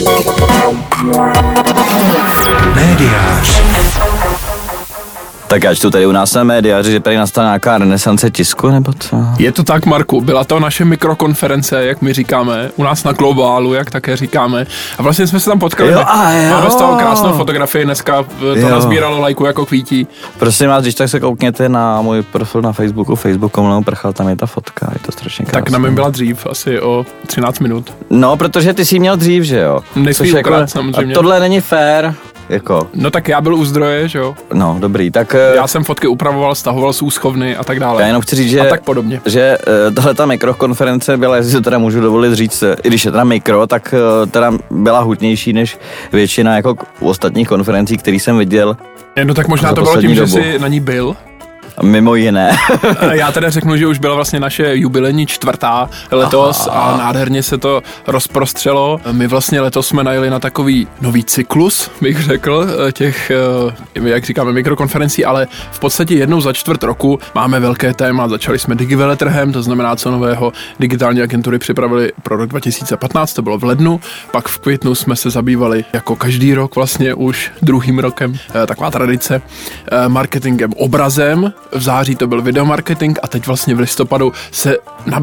Médiář. Tak já čtu tady u nás na médiáři, že tady nastala nějaká renesance tisku, nebo co? Je to tak, Marku, byla to naše mikrokonference, jak my říkáme, u nás na Globálu, jak také říkáme. A vlastně jsme se tam potkali. Máme z toho krásnou fotografii, dneska to nazbíralo lajku jako kvítí. Prosím vás, když tak se koukněte na můj profil na Facebooku, Facebook.com/prchal, tam je ta fotka, je to strašně krásné. Tak na mém byla dřív, asi o 13 minut. No, protože ty jsi měl dřív, že jo? Nejsmí ukrát, samozřejmě. A tohle není fér. Jako. No tak já byl u zdroje, že jo? No, dobrý, tak... Já jsem fotky upravoval, stahoval z úschovny a tak dále. Já jenom chci říct, že... A tak podobně. Že tahle ta mikrokonference byla, jestli to teda můžu dovolit říct, i když je teda mikro, tak teda byla hutnější než většina jako ostatních konferencí, které jsem viděl. No tak možná to bylo tím, že jsi na ní byl. Mimo jiné. Já teda řeknu, že už byla vlastně naše jubilejní 4. letos a nádherně se to rozprostřelo. My vlastně letos jsme najeli na takový nový cyklus, bych řekl, těch, jak říkáme, mikrokonferencí, ale v podstatě jednou za 4 roku máme velké téma. Začali jsme digiveletrhem, to znamená, co nového digitální agentury připravili pro rok 2015, to bylo v lednu, pak v květnu jsme se zabývali jako každý rok vlastně už druhým rokem, taková tradice, marketingem, obrazem. V září to byl videomarketing a teď vlastně v listopadu se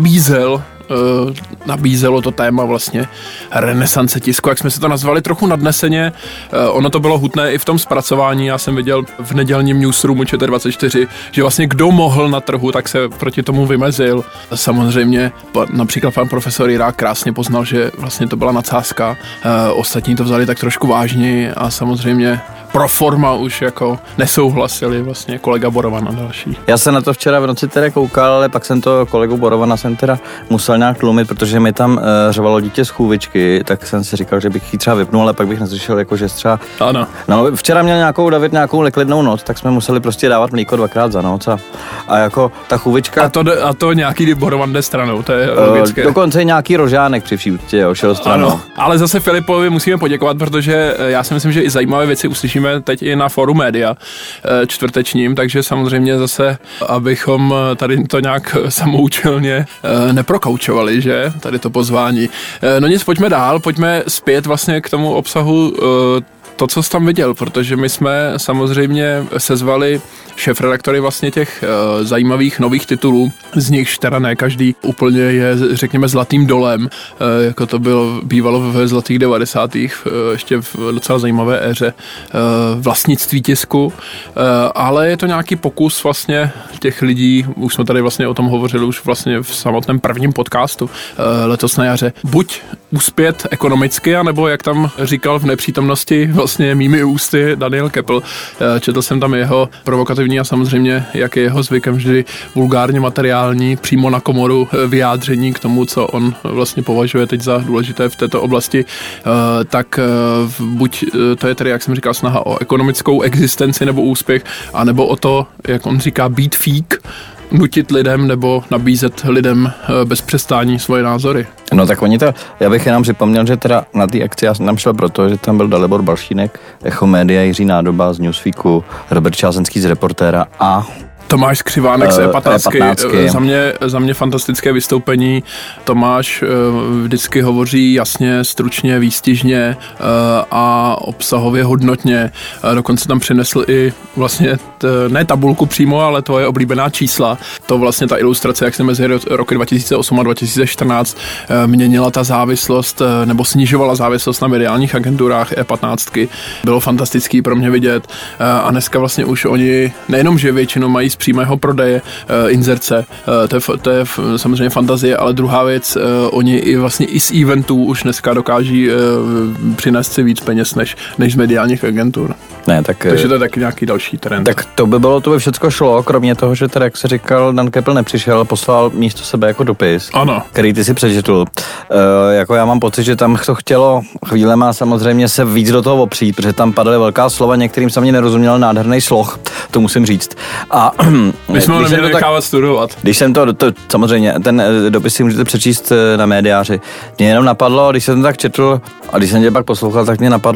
nabízelo to téma vlastně renesance tisku, jak jsme si to nazvali trochu nadneseně. Ono to bylo hutné i v tom zpracování. Já jsem viděl v nedělním newsroomu ČT24, že vlastně kdo mohl na trhu, tak se proti tomu vymezil. Samozřejmě například pan profesor Jirák krásně poznal, že vlastně to byla nadsázka. Ostatní to vzali tak trošku vážně a samozřejmě pro forma už jako nesouhlasili vlastně kolega Borovan a další. Já jsem na to včera v noci teda koukal, ale pak jsem to kolegu Borovana jsem teda musel nějak tlumit, protože mi tam řvalo dítě z chůvičky, tak jsem si říkal, že bych ji třeba vypnul, ale pak bych neslyšel, jako že třeba... Ano. No, včera měl David nějakou neklidnou noc, tak jsme museli prostě dávat mlíko 2krát za noc a jako ta chůvička... A to nějaký Borovan jde stranou, to je logické. Dokonce nějaký rožánek při vší úctě, šel stranou. Ano, ale zase Filipovi musíme poděkovat, protože já si myslím, že i zajímavé věci uslyšíme teď i na Fóru Média čtvrtečním, takže samozřejmě zase, abychom tady to nějak samoučelně neprokaučovali, že? Tady to pozvání. No nic, pojďme dál, pojďme zpět vlastně k tomu obsahu to, co jsi tam viděl, protože my jsme samozřejmě sezvali šéfredaktory vlastně těch zajímavých nových titulů, z nichž teda ne každý úplně je, řekněme, zlatým dolem, jako to bývalo ve zlatých 90. Ještě v docela zajímavé éře vlastnictví tisku, ale je to nějaký pokus vlastně těch lidí, už jsme tady vlastně o tom hovořili už vlastně v samotném prvním podcastu letos na jaře, buď uspět ekonomicky, anebo jak tam říkal v nepřítomnosti vlastně mými ústy Daniel Köppl, četl jsem tam jeho provokativní a samozřejmě, jak je jeho zvykem vždy vulgárně materiální, přímo na komoru vyjádření k tomu, co on vlastně považuje teď za důležité v této oblasti, tak buď to je tedy, jak jsem říkal, snaha o ekonomickou existenci nebo úspěch, anebo o to, jak on říká, být fík, nutit lidem nebo nabízet lidem bez přestání svoje názory. No tak já bych jenom připomněl, že teda na té akci já jsem tam šel proto, že tam byl Dalibor Balšínek, Echo Media, Jiří Nádoba z Newsweeku, Robert Čázenský z Reportéra a Tomáš Skřivánek z E15. Za mě fantastické vystoupení. Tomáš vždycky hovoří jasně, stručně, výstižně a obsahově hodnotně. Dokonce tam přinesl i vlastně ne tabulku přímo, ale tvoje oblíbená čísla. To vlastně ta ilustrace, jak se mezi roky 2008 a 2014 měnila ta závislost nebo snižovala závislost na mediálních agenturách E15. Bylo fantastický pro mě vidět a dneska vlastně už oni nejenom, že většinou mají z přímého prodeje inzerce, to je samozřejmě fantazie, ale druhá věc, oni i vlastně i z eventů už dneska dokáží přinést si víc peněz než z mediálních agentur. Ne, takže to je taky nějaký další trend. Tak to by všecko šlo, kromě toho, že teda, jak se říkal, Dan Köppl nepřišel, poslal místo sebe jako dopis, ano, který ty si přečetl. Jako já mám pocit, že tam to chtělo chvílema samozřejmě se víc do toho opřít, protože tam padaly velká slova, některým jsem ani nerozuměl, nádherný sloh, to musím říct. A my jsme ho neměli nechávat studovat. Když jsem to samozřejmě, ten dopis si můžete přečíst na médiáři. Mě jenom napadlo, když jsem to tak četl a když jsem tě pak poslouchal, tak mě napadlo,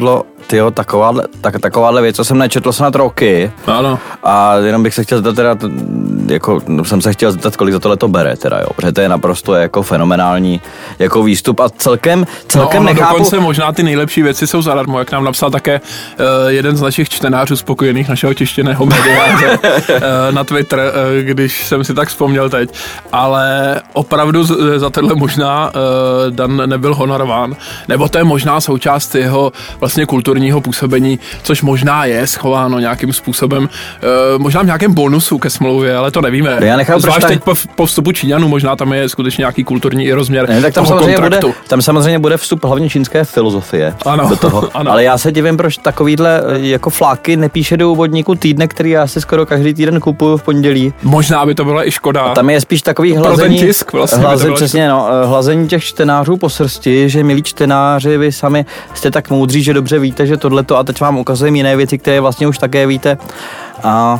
tyjo, takováhle věc, co jsem nečetl snad roky. Ano. A jenom bych se chtěl zeptat teda, jako, jsem se chtěl zeptat, kolik za tohle to bere teda, jo, protože to je naprosto jako fenomenální jako výstup a celkem nechápu. Dokonce možná ty nejlepší věci jsou zadarmo, jak nám napsal také jeden z našich čtenářů spokojených našeho tištěného médiáře na Twitter, když jsem si tak vzpomněl teď, ale opravdu za tohle možná Dan nebyl honorován, nebo to je možná součást jeho vlastně kulturního působení, což možná je schováno nějakým způsobem, možná v nějakém bonusu ke smlouvě, ale to nevíme. Zvlášť teď po vstupu Číňanů, možná tam je skutečně nějaký kulturní rozměr toho kontraktu. Tam samozřejmě bude vstup hlavně čínské filozofie do toho. Ano. Ale já se divím, proč takovýhle jako fláky nepíše do úvodníku týdne, který já si skoro každý týden kupuju v pondělí. Možná by to byla i škoda. A tam je spíš takový hlazení, tisk vlastně hlazení těch čtenářů po srsti, že milí čtenáři, vy sami jste tak moudří, že dobře víte, že tohleto, a teď vám ukazujeme jiné věci, které vlastně už také víte. A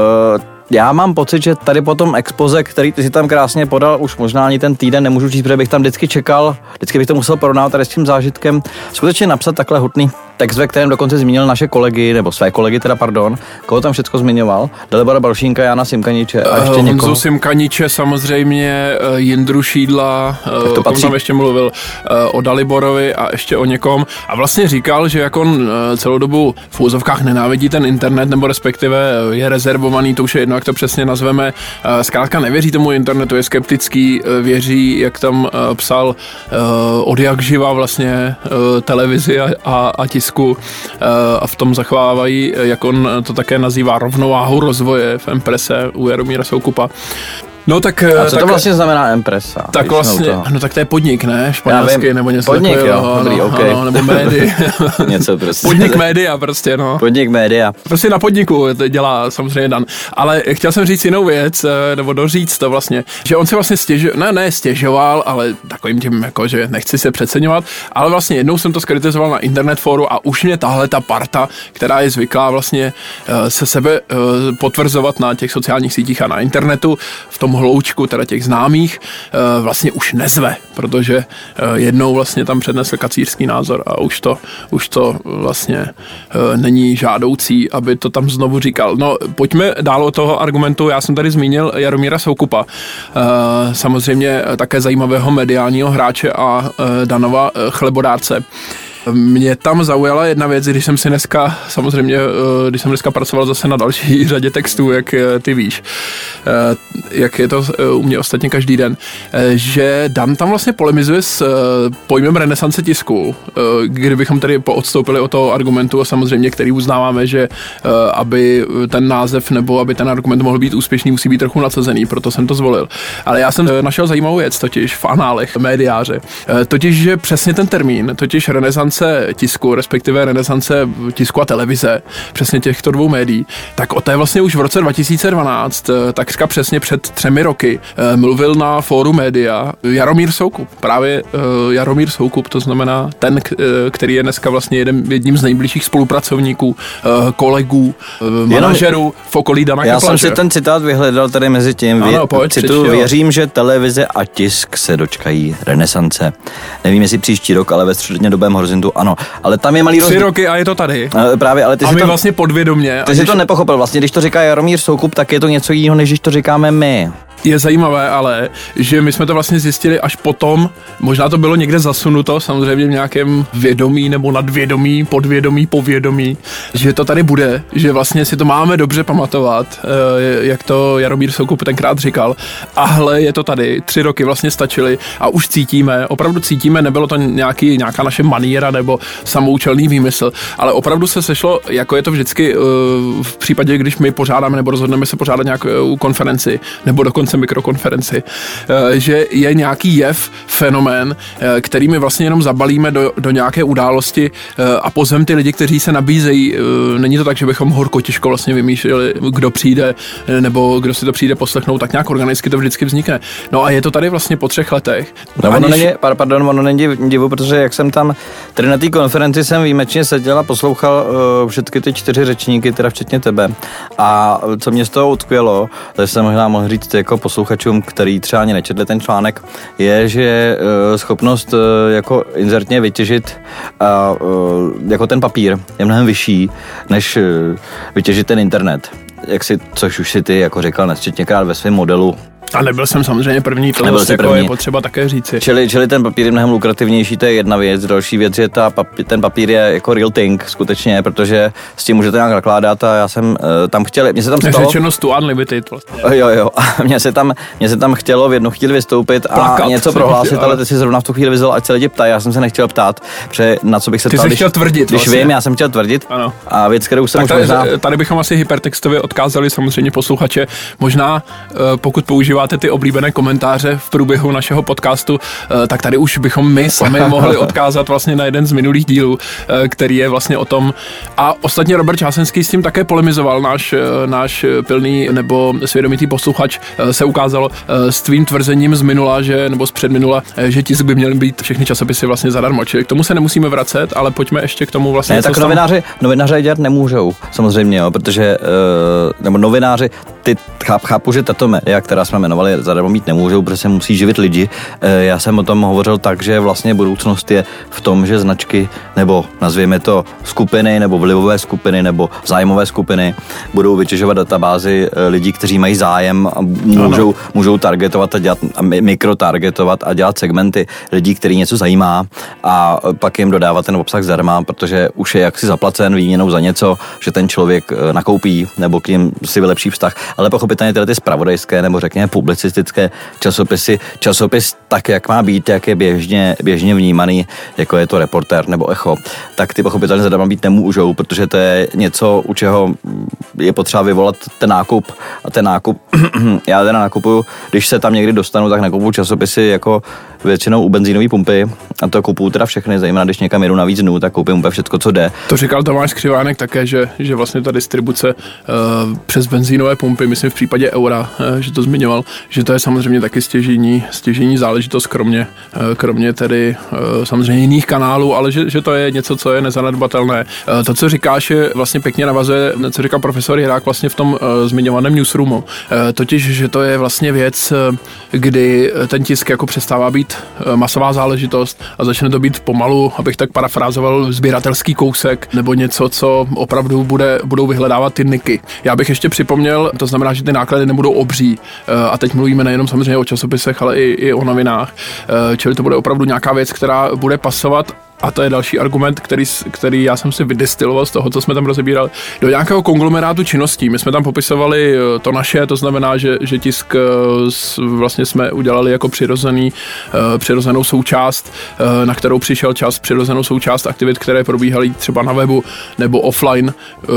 já mám pocit, že tady po tom expoze, který ty si tam krásně podal, už možná ani ten týden nemůžu číst, protože bych tam vždycky čekal, vždycky bych to musel porovnat tady s tím zážitkem, skutečně napsat takhle hutný text, ve kterém dokonce zmínil naše kolegy, nebo své kolegy teda, pardon, koho tam všecko zmiňoval, Dalibora Balšínka, Jana Simkaniče a ještě někoho. Honzu Simkaniče samozřejmě, Jindru Šídla, o tom tam ještě mluvil, o Daliborovi a ještě o někom a vlastně říkal, že jak on celou dobu v úzovkách nenávidí ten internet, nebo respektive je rezervovaný, to už je jedno, jak to přesně nazveme, zkrátka nevěří tomu internetu, je skeptický, věří, jak tam psal, od jak živa vlastně televizi a tisku a v tom zachovávají, jak on to také nazývá, rovnováhu rozvoje v Emprese u Jaromíra Soukupa. No tak... A co to vlastně znamená Empresa? Tak vlastně, no tak to je podnik, ne? Španělský nebo něco podnik, takového. Jo, dobrý, okay. Ano, nebo média. Něco prostě. Podnik média prostě, no. Podnik média. Prostě na podniku to dělá samozřejmě Dan. Ale chtěl jsem říct jinou věc, nebo doříct to vlastně, že on si vlastně stěžoval, ale takovým tím jako, že nechci se přeceňovat, ale vlastně jednou jsem to skritizoval na internet fóru a už mě tahle ta parta, která je zvyklá vlastně se sebe potvrzovat na těch sociálních sítích a na internetu, v tom hloučku teda těch známých vlastně už nezve, protože jednou vlastně tam přednesl kacířský názor a už to vlastně není žádoucí, aby to tam znovu říkal. No, pojďme dál od toho argumentu, já jsem tady zmínil Jaromíra Soukupa, samozřejmě také zajímavého mediálního hráče a Danova chlebodárce. Mě tam zaujala jedna věc, když jsem dneska pracoval zase na další řadě textů, jak ty víš, jak je to u mě ostatně každý den, že Dan tam vlastně polemizuje s pojmem renesance tisku, kdybychom tedy poodstoupili od toho argumentu, samozřejmě, který uznáváme, že aby ten název nebo aby ten argument mohl být úspěšný, musí být trochu nadsazený, proto jsem to zvolil. Ale já jsem našel zajímavou věc, totiž v análech médiáře, totiž, že přesně ten termín, totiž renesance tisku, respektive renesance tisku a televize, přesně těchto dvou médií, tak o té vlastně už v roce 2012, takřka přesně před 3 roky, mluvil na fóru média Jaromír Soukup. Právě Jaromír Soukup, to znamená ten, který je dneska vlastně jedním z nejbližších spolupracovníků, kolegů, manažerů v okolí Dana Keplaře. Já jsem si ten citát vyhledal tady mezi tím. Věřím, že televize a tisk se dočkají renesance. Nevím, jestli příští rok, ale ve střednědobém horizontu ano, ale tam je malý rozdíl. 3 roky a je to tady. Právě, ale ty a my vlastně podvědomě. Ty si to nepochopil. Vlastně, když to říká Jaromír Soukup, tak je to něco jiného, než když to říkáme my. Je zajímavé ale, že my jsme to vlastně zjistili až potom, možná to bylo někde zasunuto, samozřejmě v nějakém vědomí nebo nadvědomí, podvědomí, povědomí, že to tady bude, že vlastně si to máme dobře pamatovat, jak to Jaromír Soukup tenkrát říkal. Ahle, je to tady, 3 roky vlastně stačily a už cítíme, opravdu cítíme, nebylo to nějaká naše maníra nebo samoučelný výmysl, ale opravdu se sešlo, jako je to vždycky v případě, když my pořádáme nebo rozhodneme se pořádat nějakou konferenci nebo dokonce mikrokonferenci, že je nějaký jev, fenomén, který my vlastně jenom zabalíme do nějaké události a pozvem ty lidi, kteří se nabízejí. Není to tak, že bychom horko těžko vlastně vymýšleli, kdo přijde nebo kdo si to přijde poslechnout, tak nějak organicky to vždycky vznikne. No a je to tady vlastně po 3 letech. No, ono není divu, protože jak jsem tam, tady na té konferenci jsem výjimečně seděl a poslouchal všechny ty 4 řečníky, teda včetně tebe. A co mě z toho utkvělo, to jsem možná mohl říct jako posluchačům, který třeba ani nečetli ten článek, je, že schopnost jako inzertně vytěžit jako ten papír je mnohem vyšší, než vytěžit ten internet. Což už si ty jako říkal nesčetněkrát ve svém modelu. A nebyl jsem samozřejmě první, to jako je potřeba také říci. Čili ten papír je mnohem lukrativnější, to je jedna věc. Další věc je ten papír je jako real thing, skutečně, protože s tím můžete nějak nakládat a já jsem tam chtěl, mně se tam stalo... Řečeno to unlimited vlastně. Jo, a mně se tam chtělo v jednu chvíli vystoupit a plakat, něco prohlásit, ale ty si zrovna v tu chvíli vyzval, ať se lidi ptají, já jsem se nechtěl ptát, protože na co bych se ptal, chtěl tvrdit, když vlastně. vím, já jsem chtěl tvrdit. Ano. A věc, kterou jsem tady bychom asi hypertextově odkázali samozřejmě posluchače, možná pokud používáte ty oblíbené komentáře v průběhu našeho podcastu, tak tady už bychom my sami mohli odkázat vlastně na jeden z minulých dílů, který je vlastně o tom. A ostatně Robert Čásenský s tím také polemizoval, náš pilný nebo svědomitý posluchač se ukázalo s tvým tvrzením z minula, nebo z předminula, že tisk by měly být všechny časopisy vlastně zadarmo. Čili k tomu se nemusíme vracet, ale pojďme ještě k tomu vlastně. Ne, tak novináři dělat nemůžou, samozřejmě, jo, protože nebo novináři, ty chápu, že tato média, která jsme jmenovali, zadarmo mít nemůžou, protože se musí živit lidi. Já jsem o tom hovořil tak, že vlastně budoucnost je v tom, že značky, nebo nazvěme to skupiny, nebo vlivové skupiny, nebo zájmové skupiny budou vytěžovat databázy lidí, kteří mají zájem a můžou targetovat a dělat mikrotargetovat a dělat segmenty lidí, který něco zajímá a pak jim dodávat ten obsah zdarma, protože už je jaksi zaplacen výměnou za něco, že ten člověk nakoupí nebo k ním si vylepší vztah. Ale pochopitelně tyhle ty zpravodajské nebo řekněme publicistické časopis tak, jak má být, jak je běžně vnímaný, jako je to Reportér nebo Echo, tak ty pochopitelně zadarmo být nemůžou, protože to je něco, u čeho je potřeba vyvolat ten nákup a ten nákup, já teda nakupuju, když se tam někdy dostanu, tak nakupuju časopisy jako většinou u benzínové pumpy a to kupuju teda všechny, zejména když někam jedu na víc dnů, tak koupím úplně všechno, co jde. To říkal Tomáš Křivánek také, že vlastně ta distribuce přes benzínové pumpy, myslím v případě Eura, že to zmiňoval, že to je samozřejmě taky stěžejní záležitost, kromě tedy samozřejmě jiných kanálů, ale že to je něco, co je nezanedbatelné. To, co říkáš, je vlastně pěkně navazuje, co říkal profesor Jirák vlastně v tom zmiňovaném newsroomu. Totiž, že to je vlastně věc, kdy ten tisk jako přestává být masová záležitost a začne to být pomalu, abych tak parafrázoval, sběratelský kousek nebo něco, co opravdu budou vyhledávat ty niky. Já bych ještě připomněl, to znamená, že ty náklady nebudou obří a teď mluvíme nejenom samozřejmě o časopisech, ale i o novinách. Čili to bude opravdu nějaká věc, která bude pasovat. A to je další argument, který já jsem si vydestiloval z toho, co jsme tam rozebírali, do nějakého konglomerátu činností. My jsme tam popisovali to naše, to znamená, že tisk vlastně jsme udělali jako přirozenou součást, na kterou přišel čas, přirozenou součást aktivit, které probíhaly třeba na webu nebo offline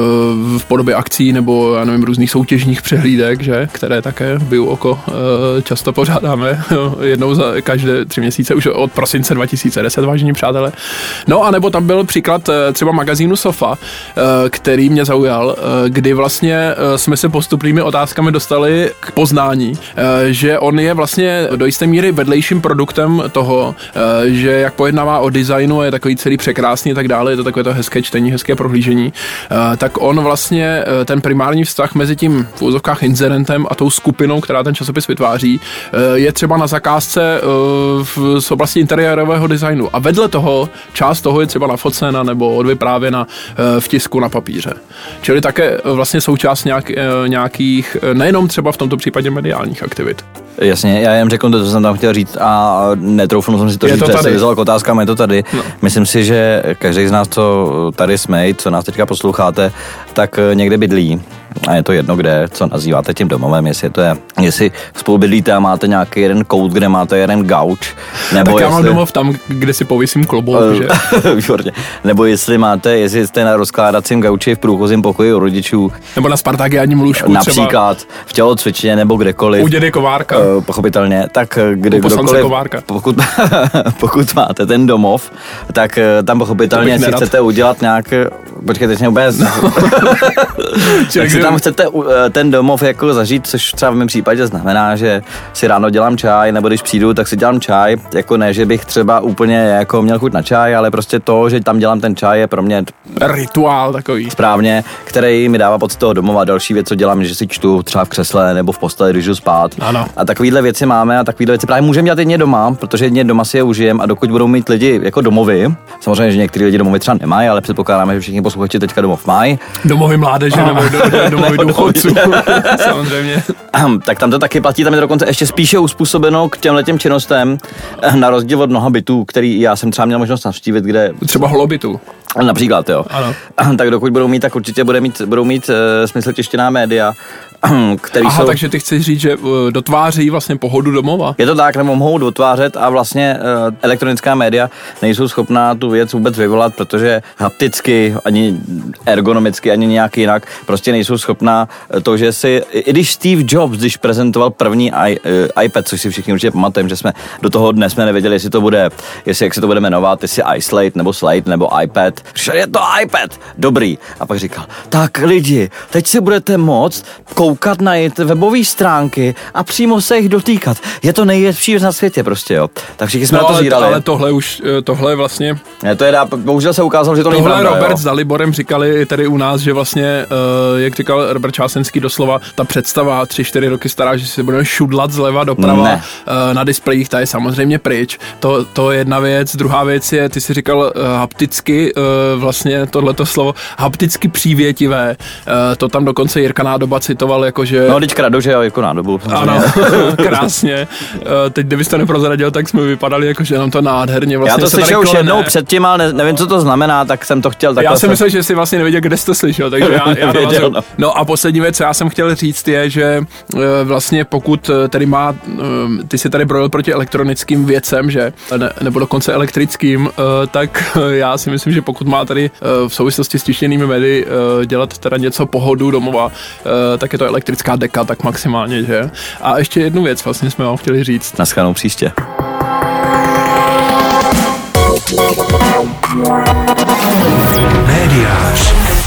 v podobě akcí nebo já nevím, různých soutěžních přehlídek, které také Biju oko často pořádáme jednou za každé 3 měsíce, už od prosince 2010, vážení přátelé. No a nebo tam byl příklad třeba magazínu Sofa, který mě zaujal, kdy vlastně jsme se postupnými otázkami dostali k poznání, že on je vlastně do jisté míry vedlejším produktem toho, že jak pojednává o designu, je takový celý překrásný a tak dále, je to takové to hezké čtení, hezké prohlížení, tak on vlastně ten primární vztah mezi tím v úzovkách inzerentem a tou skupinou, která ten časopis vytváří, je třeba na zakázce z oblasti interiérového designu. A vedle toho část toho je třeba nafocena nebo odvyprávěna v tisku na papíře. Čili také vlastně součást nějakých, nejenom třeba v tomto případě mediálních aktivit. Jasně, já jen řeknu to, co jsem tam chtěl říct a netroufnu jsem si to říct, že se vyzval k otázkám, je to tady. No. Myslím si, že každý z nás, co tady jsme, co nás teďka posloucháte, tak někde bydlí. A je to jedno kde, co nazýváte tím domovem, jestli spolu bydlíte a máte nějaký jeden kout, kde máte jeden gauč. Nebo tak já mám domov tam, kde si povisím klobouk, že? Výborně. Nebo jestli jste na rozkládacím gauči v průchozím pokoji u rodičů. Nebo na spartakiádním lůžku například třeba. V tělocvičně nebo kdekoliv. U dědy Kovárka. Pochopitelně. Tak kdokoliv, pokud máte ten domov, tak tam pochopitelně si chcete udělat nějak Počkej, teď mě vůbec. Tak si tam chcete ten domov jako zažít, což třeba v mém případě znamená, že si ráno dělám čaj, nebo když přijdu, tak si dělám čaj. Jako ne, že bych třeba úplně jako měl chuť na čaj, ale prostě to, že tam dělám ten čaj, je pro mě rituál takový. Správně, který mi dává pocit toho domova. Další věc, co dělám, že si čtu třeba v křesle nebo v posteli, když jdu spát. Ano. A takovýhle věci máme a takovýhle věci právě můžeme dělat jedně doma, protože jedně doma si je užijem a dokud budou mít lidi jako domovy, samozřejmě, že některý lidi domovy třeba nemají, ale předpokládáme, že všichni posluchači teďka domov mají. Domovy mládeže nebo domovy důchodců. Samozřejmě. Tak tam to taky platí, tam je to dokonce ještě spíše uspůsobeno k těmhletěm činnostem, na rozdíl od mnoha bytů, který já jsem třeba měl možnost navštívit, kde... Třeba holobytů. Například, jo. Ano. Tak dokud budou mít, tak určitě budou mít smysl tištěná média, který Aha, takže ty chceš říct, že dotváří vlastně pohodu domova? Je to tak, nebo mohou dotvářet a vlastně elektronická média nejsou schopná tu věc vůbec vyvolat, protože hapticky, ani ergonomicky, ani nějak jinak prostě nejsou schopná to, že si, i když Steve Jobs, když prezentoval první iPad, což si všichni určitě pamatujeme, že jsme do toho dnes jsme nevěděli, jak se to bude jmenovat, jestli iSlate, nebo Slate, nebo iPad. Přišel, je to iPad, dobrý. A pak říkal, tak lidi, teď si budete moct koukat na webové stránky a přímo se jich dotýkat. Je to nejlepší věc na světě prostě, jo. Tak všichni jsme na to zírali. Ale tohle vlastně... Ne, to je bohužel se ukázalo, že to není pravda, Robert s Daliborem říkali tady u nás, že vlastně, jak říkal Robert Čásenský doslova, ta představa 3-4 roky stará, že si budeme šudlat zleva doprava na displejích, ta je samozřejmě pryč. To je jedna věc. Druhá věc je, ty si říkal hapticky, vlastně tohleto slovo, hapticky přívětivé. To tam dokonce Jirka Nádoba citoval, jakože... No, teď kradu, že jo, jako Nádobu. Ano, krásně. Teď, kdybyste neprozradil, tak jsme vypadali, jakože nám to nádherně vlastně. Já to slyšel už jednou předtím, ale nevím, co to znamená, tak jsem to chtěl takhle. Já jsem myslel, že jsi vlastně nevěděl, kde jsi to slyšel, takže já věděl, no. No a poslední věc, co já jsem chtěl říct, je, že vlastně pokud tady ty si tady brojil proti elektronickým věcem, že nebo dokonce elektrickým, tak já si myslím, že pokud má tady v souvislosti s tištěnými médii dělat teda něco pohodu domova, tak je to elektrická deka, tak maximálně, že? A ještě jednu věc vlastně jsme vám chtěli říct. Naschledanou příště. Médiář.